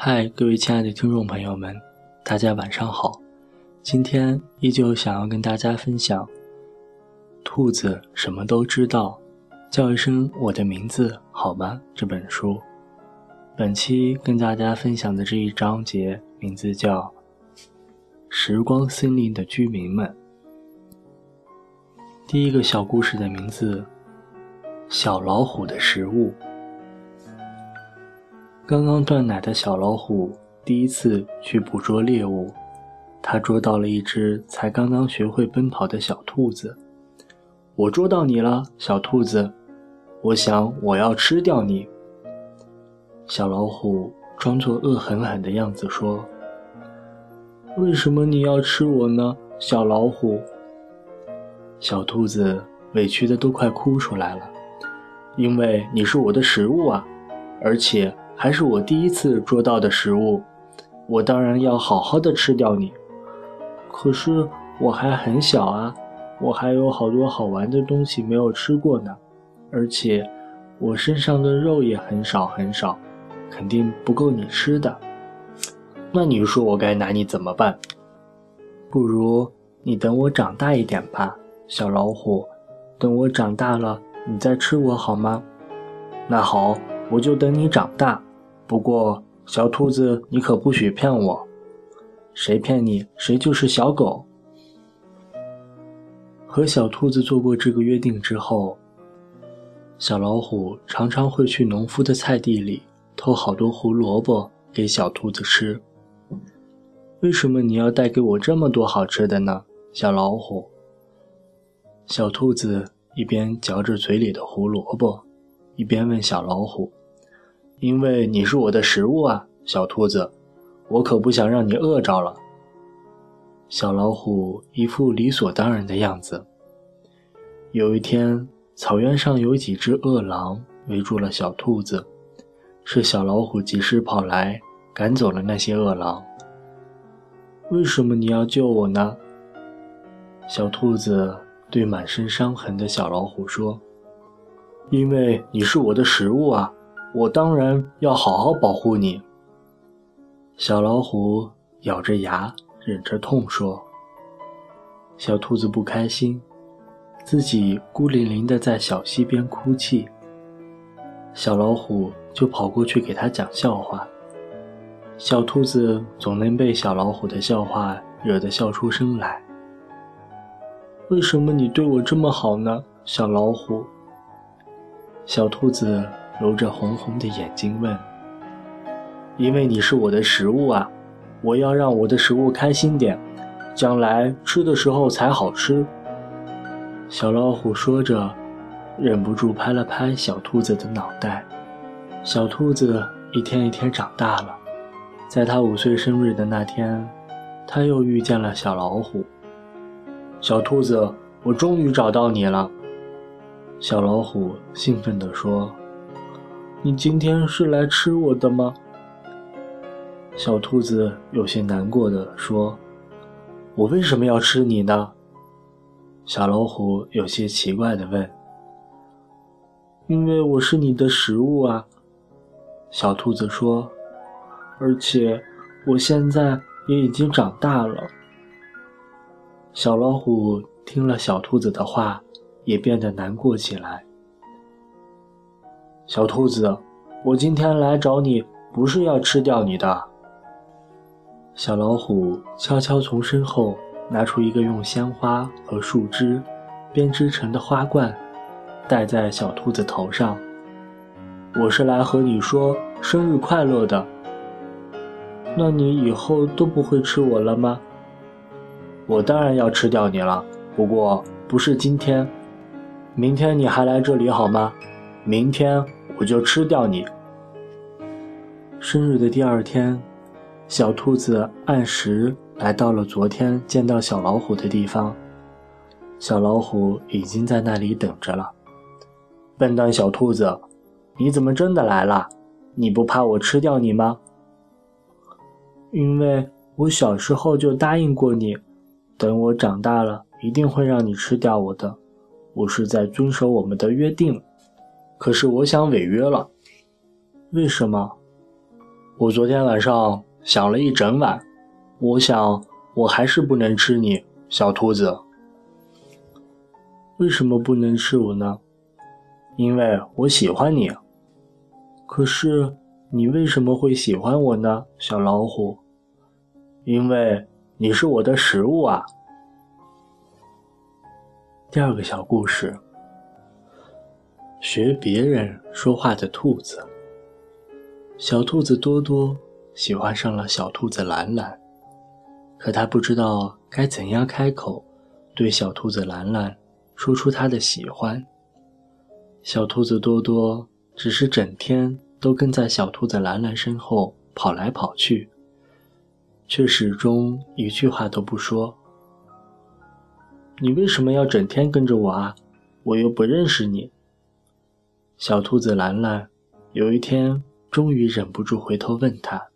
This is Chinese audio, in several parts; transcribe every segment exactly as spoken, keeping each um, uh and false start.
嗨，各位亲爱的听众朋友们，大家晚上好。今天依旧想要跟大家分享兔子什么都知道，叫一声我的名字好吗这本书。本期跟大家分享的这一章节名字叫时光森林的居民们。第一个小故事的名字，小老虎的食物。刚刚断奶的小老虎第一次去捕捉猎物，它捉到了一只才刚刚学会奔跑的小兔子。我捉到你了，小兔子，我想我要吃掉你。小老虎装作恶狠狠的样子说，为什么你要吃我呢，小老虎？小兔子委屈的都快哭出来了，因为你是我的食物啊，而且还是我第一次捉到的食物，我当然要好好的吃掉你。可是我还很小啊，我还有好多好玩的东西没有吃过呢，而且我身上的肉也很少很少，肯定不够你吃的。那你说我该拿你怎么办？不如你等我长大一点吧，小老虎，等我长大了，你再吃我好吗？那好，我就等你长大。不过，小兔子，你可不许骗我。谁骗你，谁就是小狗。和小兔子做过这个约定之后，小老虎常常会去农夫的菜地里偷好多胡萝卜给小兔子吃。为什么你要带给我这么多好吃的呢，小老虎？小兔子一边嚼着嘴里的胡萝卜，一边问小老虎，因为你是我的食物啊，小兔子，我可不想让你饿着了。小老虎一副理所当然的样子。有一天，草原上有几只饿狼围住了小兔子，是小老虎及时跑来赶走了那些饿狼。为什么你要救我呢？小兔子对满身伤痕的小老虎说，因为你是我的食物啊，我当然要好好保护你。小老虎咬着牙忍着痛说。小兔子不开心，自己孤零零地在小溪边哭泣。小老虎就跑过去给他讲笑话。小兔子总能被小老虎的笑话惹得笑出声来。为什么你对我这么好呢，小老虎？小兔子揉着红红的眼睛问。因为你是我的食物啊，我要让我的食物开心点，将来吃的时候才好吃。小老虎说着，忍不住拍了拍小兔子的脑袋。小兔子一天一天长大了，在他五岁生日的那天，他又遇见了小老虎。小兔子，我终于找到你了。小老虎兴奋地说，你今天是来吃我的吗？小兔子有些难过地说，我为什么要吃你呢？小老虎有些奇怪地问。因为我是你的食物啊，小兔子说，而且我现在也已经长大了。小老虎听了小兔子的话，也变得难过起来。小兔子，我今天来找你，不是要吃掉你的。小老虎悄悄从身后拿出一个用鲜花和树枝编织成的花冠，戴在小兔子头上。我是来和你说生日快乐的。那你以后都不会吃我了吗？我当然要吃掉你了，不过不是今天。明天你还来这里好吗？明天我就吃掉你。生日的第二天，小兔子按时来到了昨天见到小老虎的地方。小老虎已经在那里等着了。笨蛋小兔子，你怎么真的来了？你不怕我吃掉你吗？因为我小时候就答应过你，等我长大了一定会让你吃掉我的。我是在遵守我们的约定。可是我想违约了。为什么？ 我昨天晚上想了一整晚，我想我还是不能吃你，小兔子。为什么不能吃我呢？因为我喜欢你。可是你为什么会喜欢我呢，小老虎？因为你是我的食物啊。第二个小故事，学别人说话的兔子。小兔子多多喜欢上了小兔子兰兰，可他不知道该怎样开口对小兔子兰兰说出他的喜欢。小兔子多多只是整天都跟在小兔子兰兰身后跑来跑去，却始终一句话都不说。你为什么要整天跟着我啊？我又不认识你。小兔子兰兰有一天终于忍不住回头问他，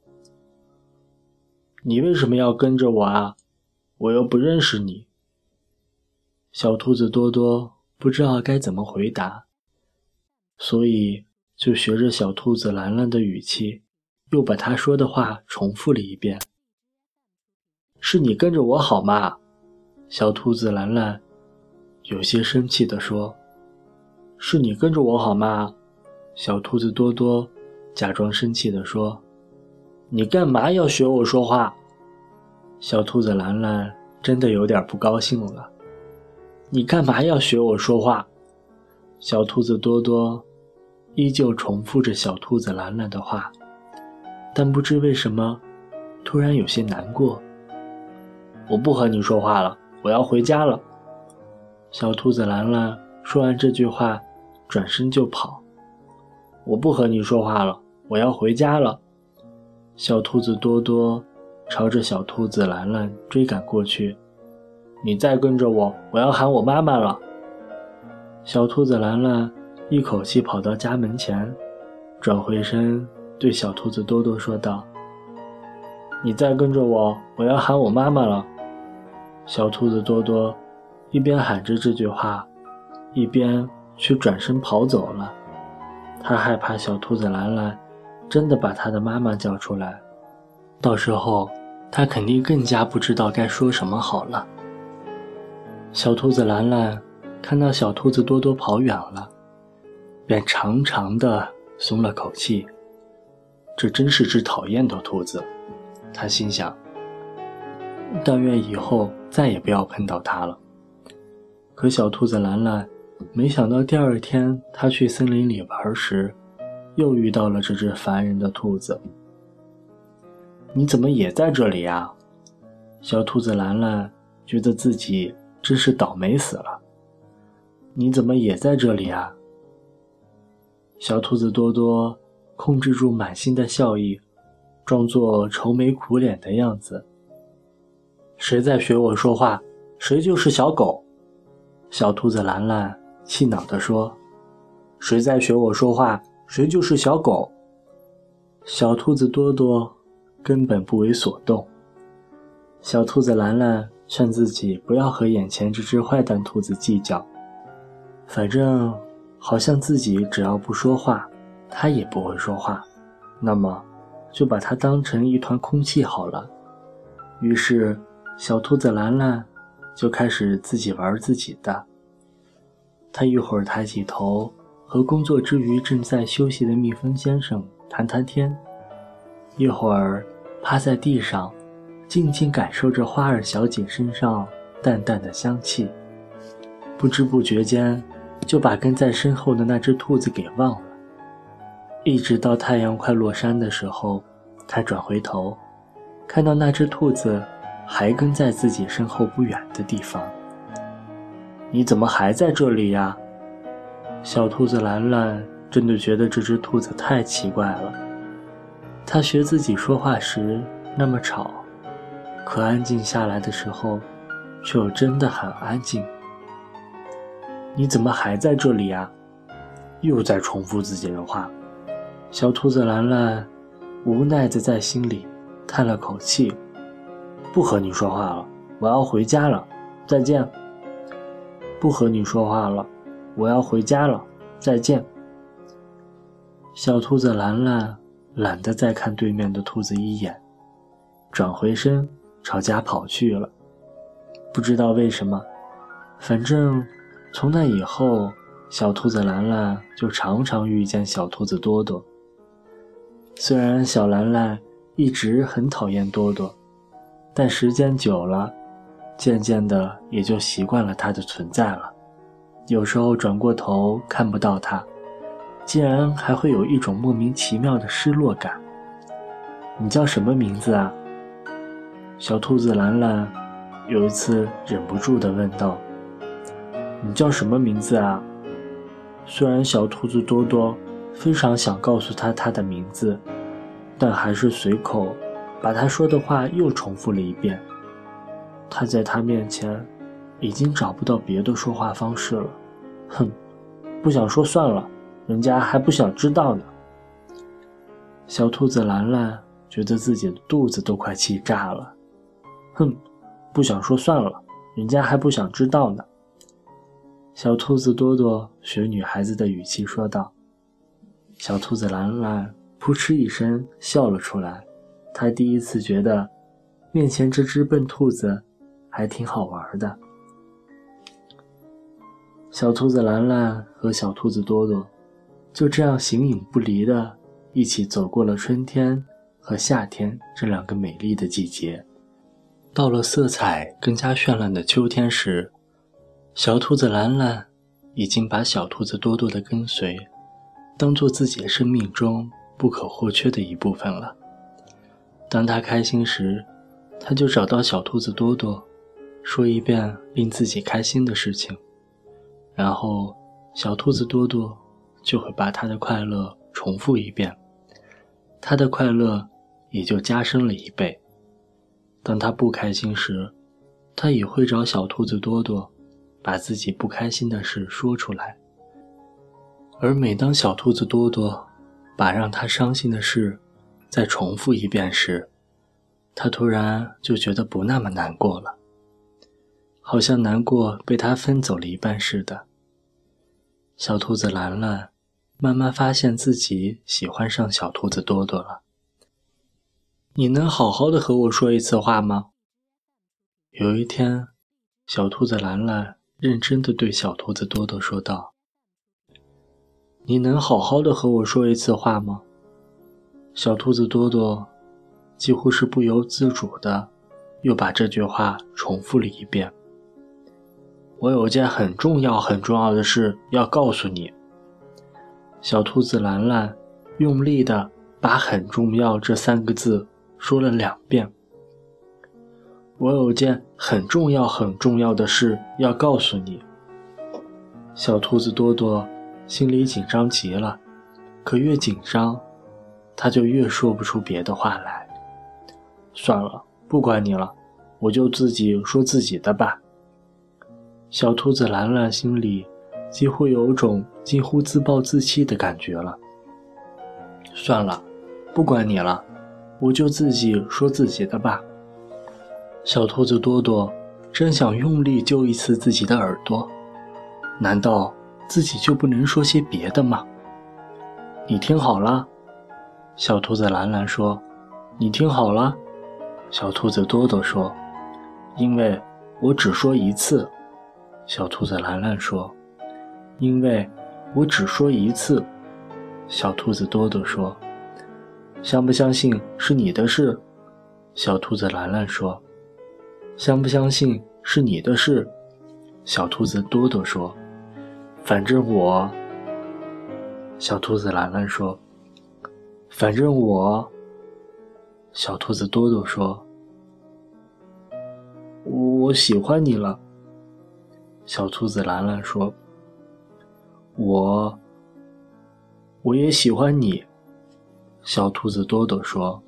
你为什么要跟着我啊？我又不认识你。小兔子多多不知道该怎么回答，所以就学着小兔子兰兰的语气，又把他说的话重复了一遍。是你跟着我好吗？小兔子兰兰有些生气地说。是你跟着我好吗？小兔子多多假装生气地说。你干嘛要学我说话？小兔子兰兰真的有点不高兴了。你干嘛要学我说话？小兔子多多依旧重复着小兔子兰兰的话，但不知为什么突然有些难过。我不和你说话了，我要回家了。小兔子兰兰说完这句话转身就跑。我不和你说话了，我要回家了。小兔子多多朝着小兔子兰兰追赶过去。你再跟着我，我要喊我妈妈了。小兔子兰兰一口气跑到家门前，转回身对小兔子多多说道，你再跟着我，我要喊我妈妈了。小兔子多多一边喊着这句话，一边却转身跑走了。他害怕小兔子兰兰真的把他的妈妈叫出来，到时候他肯定更加不知道该说什么好了。小兔子兰兰看到小兔子多多跑远了，便长长的松了口气。这真是只讨厌的兔子，他心想，但愿以后再也不要碰到它了。可小兔子兰兰没想到第二天他去森林里玩时，又遇到了这只烦人的兔子。你怎么也在这里呀？小兔子兰兰觉得自己真是倒霉死了。你怎么也在这里啊？小兔子多多控制住满心的笑意，装作愁眉苦脸的样子。谁在学我说话，谁就是小狗。小兔子兰兰气恼地说，谁在学我说话，谁就是小狗。小兔子多多根本不为所动。小兔子兰兰劝自己不要和眼前这只坏蛋兔子计较，反正好像自己只要不说话，它也不会说话，那么就把它当成一团空气好了。于是小兔子兰兰就开始自己玩自己的。他一会儿抬起头和工作之余正在休息的蜜蜂先生谈谈天，一会儿趴在地上静静感受着花儿小姐身上淡淡的香气，不知不觉间就把跟在身后的那只兔子给忘了。一直到太阳快落山的时候，他转回头看到那只兔子还跟在自己身后不远的地方。你怎么还在这里呀？小兔子兰兰真的觉得这只兔子太奇怪了。它学自己说话时那么吵，可安静下来的时候却又真的很安静。你怎么还在这里呀？又在重复自己的话。小兔子兰兰无奈地在心里叹了口气，不和你说话了，我要回家了，再见。不和你说话了，我要回家了，再见。小兔子兰兰懒得再看对面的兔子一眼，转回身朝家跑去了。不知道为什么，反正从那以后，小兔子兰兰就常常遇见小兔子多多。虽然小兰兰一直很讨厌多多，但时间久了，渐渐的也就习惯了它的存在了。有时候转过头看不到它，竟然还会有一种莫名其妙的失落感。你叫什么名字啊？小兔子兰兰有一次忍不住地问道。你叫什么名字啊？虽然小兔子多多非常想告诉他他的名字，但还是随口把他说的话又重复了一遍。他在他面前已经找不到别的说话方式了。哼，不想说算了，人家还不想知道呢。小兔子兰兰觉得自己的肚子都快气炸了。哼，不想说算了，人家还不想知道呢。小兔子多多学女孩子的语气说道。小兔子兰兰扑哧一声笑了出来，她第一次觉得面前这只笨兔子还挺好玩的。小兔子兰兰和小兔子多多就这样形影不离的一起走过了春天和夏天这两个美丽的季节。到了色彩更加绚烂的秋天时，小兔子兰兰已经把小兔子多多的跟随当做自己生命中不可或缺的一部分了。当他开心时，他就找到小兔子多多，说一遍令自己开心的事情，然后小兔子多多就会把他的快乐重复一遍，他的快乐也就加深了一倍。当他不开心时，他也会找小兔子多多把自己不开心的事说出来。而每当小兔子多多把让他伤心的事再重复一遍时，他突然就觉得不那么难过了，好像难过被他分走了一半似的。小兔子兰兰慢慢发现自己喜欢上小兔子多多了。你能好好的和我说一次话吗？有一天，小兔子兰兰认真地对小兔子多多说道。你能好好的和我说一次话吗？小兔子多多几乎是不由自主的又把这句话重复了一遍。我有件很重要很重要的事要告诉你。小兔子兰兰用力的把很重要这三个字说了两遍。我有件很重要很重要的事要告诉你。小兔子多多心里紧张极了，可越紧张，他就越说不出别的话来。算了，不管你了，我就自己说自己的吧。小兔子兰兰心里几乎有种近乎自暴自弃的感觉了。算了，不管你了，我就自己说自己的吧。小兔子多多真想用力揪一次自己的耳朵，难道自己就不能说些别的吗？你听好了，小兔子兰兰说。你听好了，小兔子多多说。因为我只说一次，小兔子兰兰说。因为我只说一次，小兔子多多说。相不相信是你的事，小兔子兰兰说。相不相信是你的事，小兔子多多说。反正我，小兔子兰兰说。反正我，小兔子多多说。我喜欢你了，小兔子兰兰说。我，我也喜欢你，小兔子多多说。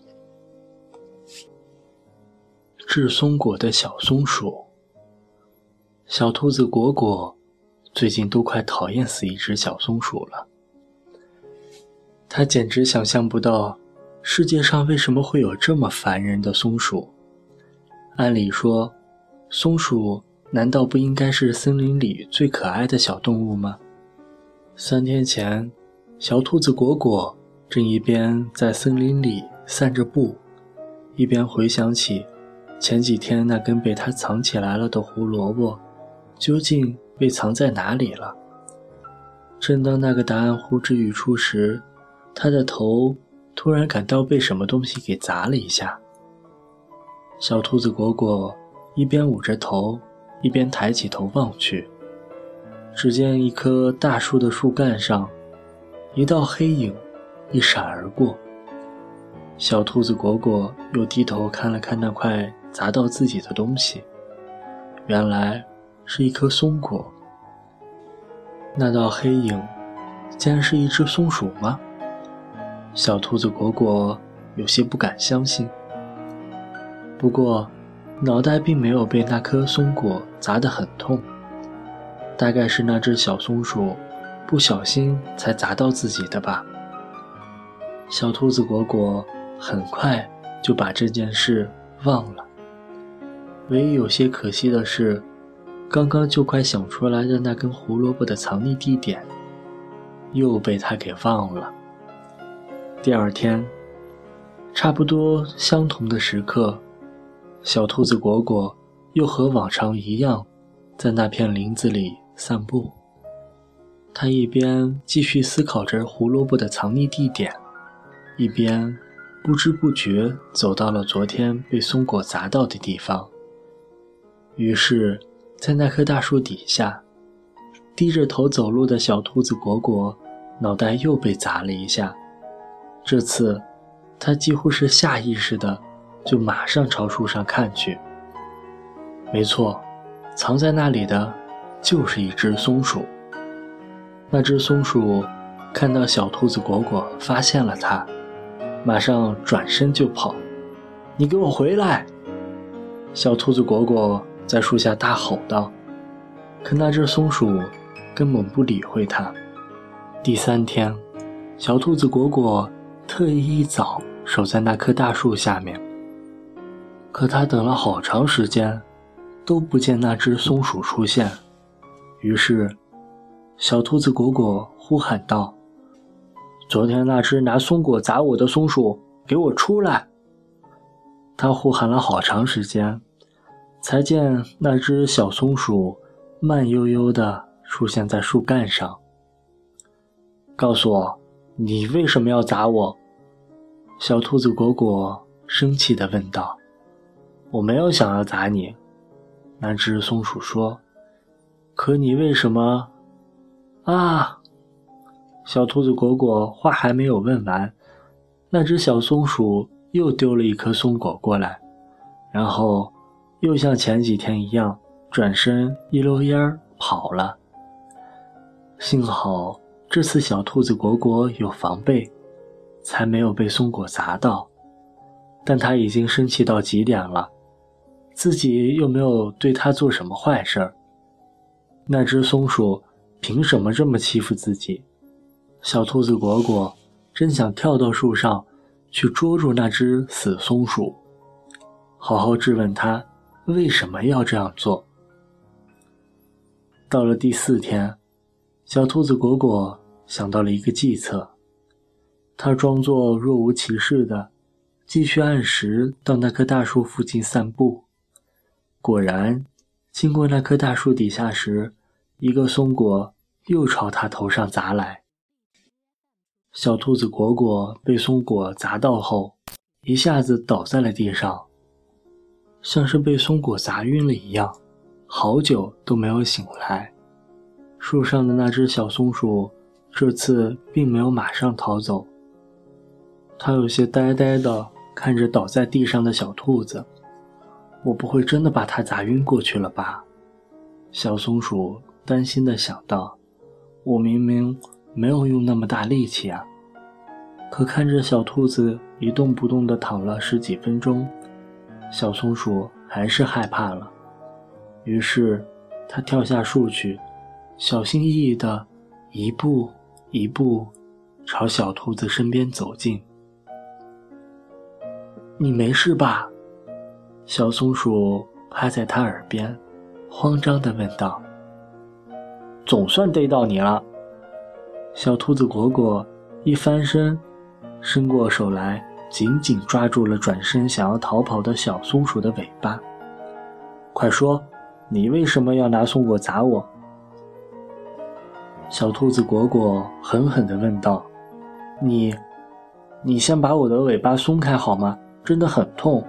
制松果的小松鼠。小兔子果果最近都快讨厌死一只小松鼠了。他简直想象不到世界上为什么会有这么烦人的松鼠。按理说，松鼠难道不应该是森林里最可爱的小动物吗？三天前，小兔子果果正一边在森林里散着步，一边回想起前几天那根被他藏起来了的胡萝卜究竟被藏在哪里了。正当那个答案呼之欲出时，他的头突然感到被什么东西给砸了一下。小兔子果果一边捂着头，一边抬起头望去，只见一棵大树的树干上，一道黑影一闪而过。小兔子果果又低头看了看那块砸到自己的东西，原来是一颗松果。那道黑影竟然是一只松鼠吗？小兔子果果有些不敢相信，不过脑袋并没有被那颗松果砸得很痛，大概是那只小松鼠不小心才砸到自己的吧。小兔子果果很快就把这件事忘了，唯一有些可惜的是，刚刚就快想出来的那根胡萝卜的藏匿地点又被他给忘了。第二天，差不多相同的时刻，小兔子果果又和往常一样在那片林子里散步。他一边继续思考着胡萝卜的藏匿地点，一边不知不觉走到了昨天被松果砸到的地方。于是在那棵大树底下，低着头走路的小兔子果果脑袋又被砸了一下。这次他几乎是下意识的就马上朝树上看去。没错，藏在那里的就是一只松鼠。那只松鼠看到小兔子果果发现了它，马上转身就跑。你给我回来！小兔子果果在树下大吼道，可那只松鼠根本不理会它。第三天，小兔子果果特意一早守在那棵大树下面，可他等了好长时间都不见那只松鼠出现。于是小兔子果果呼喊道，昨天那只拿松果砸我的松鼠，给我出来！他呼喊了好长时间，才见那只小松鼠慢悠悠地出现在树干上。告诉我，你为什么要砸我？小兔子果果生气地问道。我没有想要砸你，那只松鼠说。可你为什么……啊！小兔子果果话还没有问完，那只小松鼠又丢了一颗松果过来，然后又像前几天一样转身一溜烟儿跑了。幸好这次小兔子果果有防备，才没有被松果砸到，但他已经生气到极点了，自己又没有对他做什么坏事儿，那只松鼠凭什么这么欺负自己？小兔子果果真想跳到树上去捉住那只死松鼠，好好质问它为什么要这样做。到了第四天，小兔子果果想到了一个计策，他装作若无其事的继续按时到那棵大树附近散步。果然，经过那棵大树底下时，一个松果又朝他头上砸来。小兔子果果被松果砸到后，一下子倒在了地上，像是被松果砸晕了一样，好久都没有醒来。树上的那只小松鼠这次并没有马上逃走，它有些呆呆地看着倒在地上的小兔子。我不会真的把它砸晕过去了吧？小松鼠担心地想到，我明明没有用那么大力气啊。可看着小兔子一动不动地躺了十几分钟，小松鼠还是害怕了。于是它跳下树去，小心翼翼地一步一步朝小兔子身边走近。你没事吧？小松鼠趴在它耳边慌张地问道。总算逮到你了。小兔子果果一翻身伸过手来，紧紧抓住了转身想要逃跑的小松鼠的尾巴。快说，你为什么要拿松果砸我？小兔子果果狠狠地问道。你，你先把我的尾巴松开好吗？真的很痛。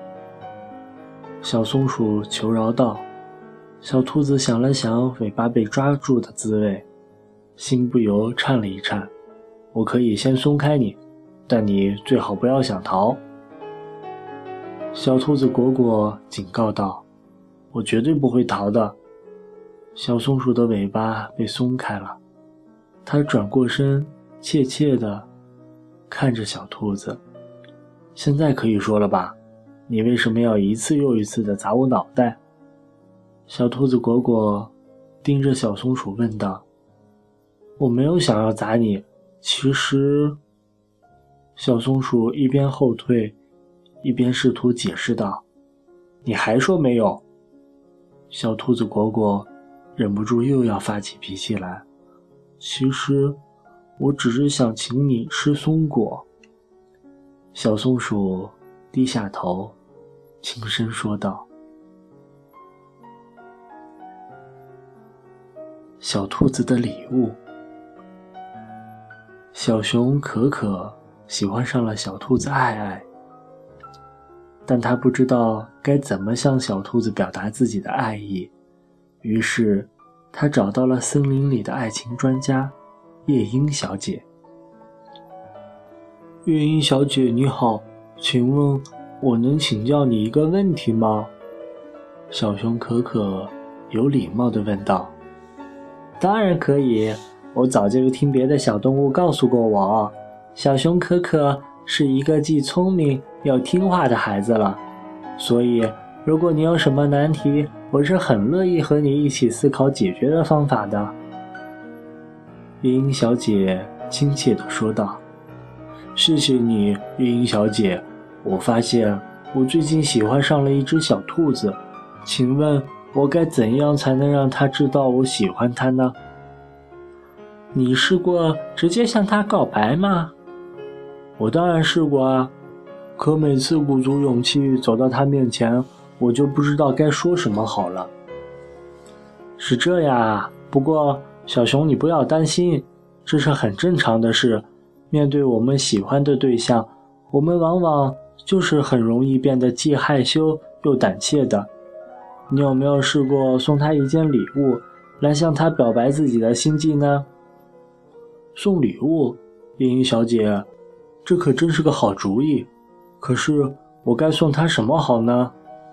小松鼠求饶道。小兔子想了想尾巴被抓住的滋味，心不由颤了一颤。我可以先松开你，但你最好不要想逃。小兔子果果警告道。我绝对不会逃的。小松鼠的尾巴被松开了，它转过身，怯怯地看着小兔子。现在可以说了吧？你为什么要一次又一次地砸我脑袋？小兔子果果盯着小松鼠问道。我没有想要砸你，其实……小松鼠一边后退，一边试图解释道。你还说没有？小兔子果果忍不住又要发起脾气来。其实我只是想请你吃松果。小松鼠低下头，轻声说道。小兔子的礼物。小熊可可喜欢上了小兔子爱爱，但他不知道该怎么向小兔子表达自己的爱意，于是他找到了森林里的爱情专家夜莺小姐。夜莺小姐你好，请问我能请教你一个问题吗？小熊可可有礼貌地问道。当然可以，我早就听别的小动物告诉过我，小熊可可是一个既聪明又听话的孩子了，所以如果你有什么难题，我是很乐意和你一起思考解决的方法的。夜莺小姐亲切地说道。谢谢你，夜莺小姐，我发现我最近喜欢上了一只小兔子，请问我该怎样才能让它知道我喜欢它呢？你试过直接向它告白吗？我当然试过啊，可每次鼓足勇气走到它面前，我就不知道该说什么好了。是这样啊，不过小熊你不要担心，这是很正常的事。面对我们喜欢的对象，我们往往就是很容易变得既害羞又胆怯的。你有没有试过送他一件礼物，来向他表白自己的心迹呢？送礼物，夜莺小姐，这可真是个好主意。可是我该送他什么好呢？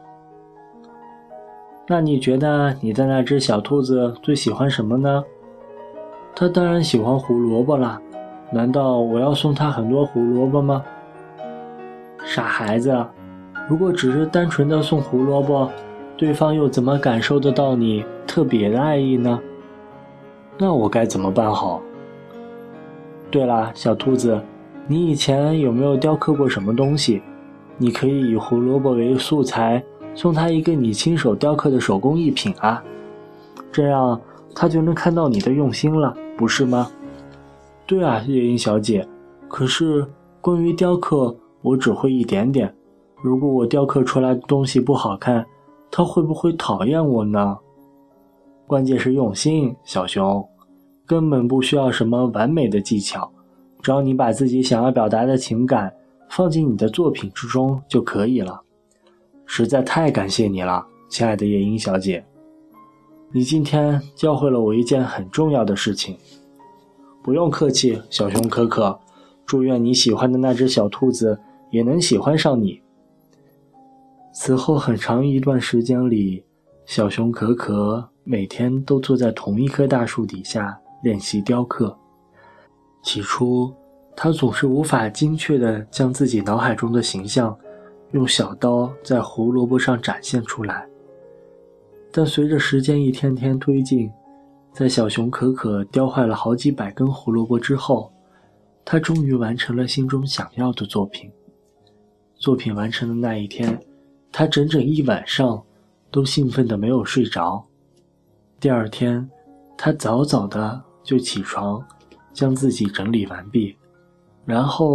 那你觉得你的那只小兔子最喜欢什么呢？它当然喜欢胡萝卜啦。难道我要送他很多胡萝卜吗？傻孩子，如果只是单纯的送胡萝卜，对方又怎么感受得到你特别的爱意呢？那我该怎么办好？对了，小兔子，你以前有没有雕刻过什么东西？你可以以胡萝卜为素材，送他一个你亲手雕刻的手工艺品啊，这样他就能看到你的用心了，不是吗？对啊，夜莺小姐，可是关于雕刻，我只会一点点。如果我雕刻出来的东西不好看，他会不会讨厌我呢？关键是用心，小熊，根本不需要什么完美的技巧，只要你把自己想要表达的情感放进你的作品之中就可以了。实在太感谢你了，亲爱的夜莺小姐，你今天教会了我一件很重要的事情。不用客气，小熊可可，祝愿你喜欢的那只小兔子也能喜欢上你。此后很长一段时间里，小熊可可每天都坐在同一棵大树底下练习雕刻。起初，他总是无法精确地将自己脑海中的形象用小刀在胡萝卜上展现出来。但随着时间一天天推进，在小熊可可雕坏了好几百根胡萝卜之后，他终于完成了心中想要的作品。作品完成的那一天，他整整一晚上都兴奋得没有睡着。第二天，他早早的就起床，将自己整理完毕，然后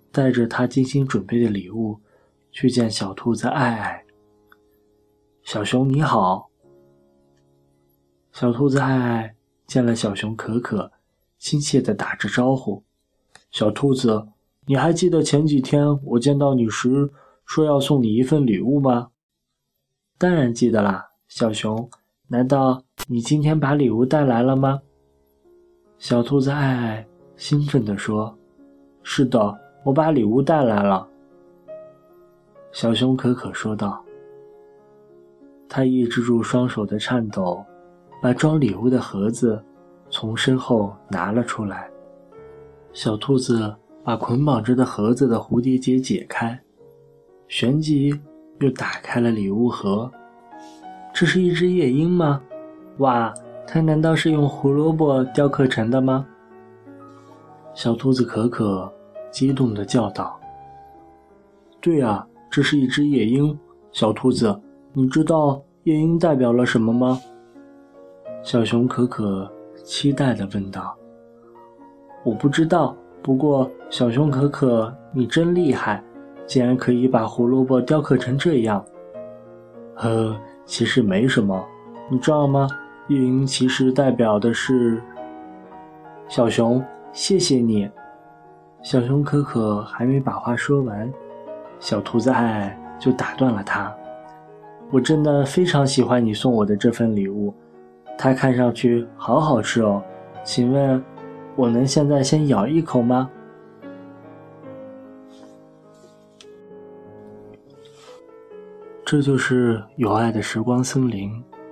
带着他精心准备的礼物去见小兔子爱爱。小熊你好。小兔子爱爱见了小熊可可，亲切地打着招呼。小兔子，你还记得前几天我见到你时说要送你一份礼物吗？当然记得啦，小熊，难道你今天把礼物带来了吗？小兔子爱爱兴奋地说，是的，我把礼物带来了。小熊可可说道。他抑制住双手的颤抖，把装礼物的盒子从身后拿了出来。小兔子把捆绑着的盒子的蝴蝶结解开，旋即又打开了礼物盒。这是一只夜莺吗？哇，它难道是用胡萝卜雕刻成的吗？小兔子可可激动地叫道。对啊，这是一只夜莺。小兔子，你知道夜莺代表了什么吗？小熊可可期待地问道。我不知道，不过小熊可可，你真厉害，竟然可以把胡萝卜雕刻成这样。呃，其实没什么，你知道吗？夜莺其实代表的是……小熊，谢谢你。小熊可可还没把话说完，小兔子爱爱就打断了他。我真的非常喜欢你送我的这份礼物，它看上去好好吃哦，请问我能现在先咬一口吗？这就是有爱的时光森林，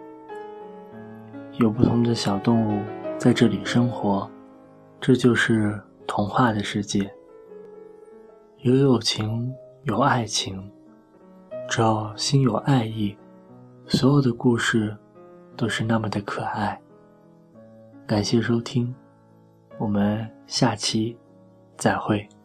有不同的小动物在这里生活，这就是童话的世界。有友情，有爱情，只要心有爱意，所有的故事都是那么的可爱。感谢收听，我们下期再会。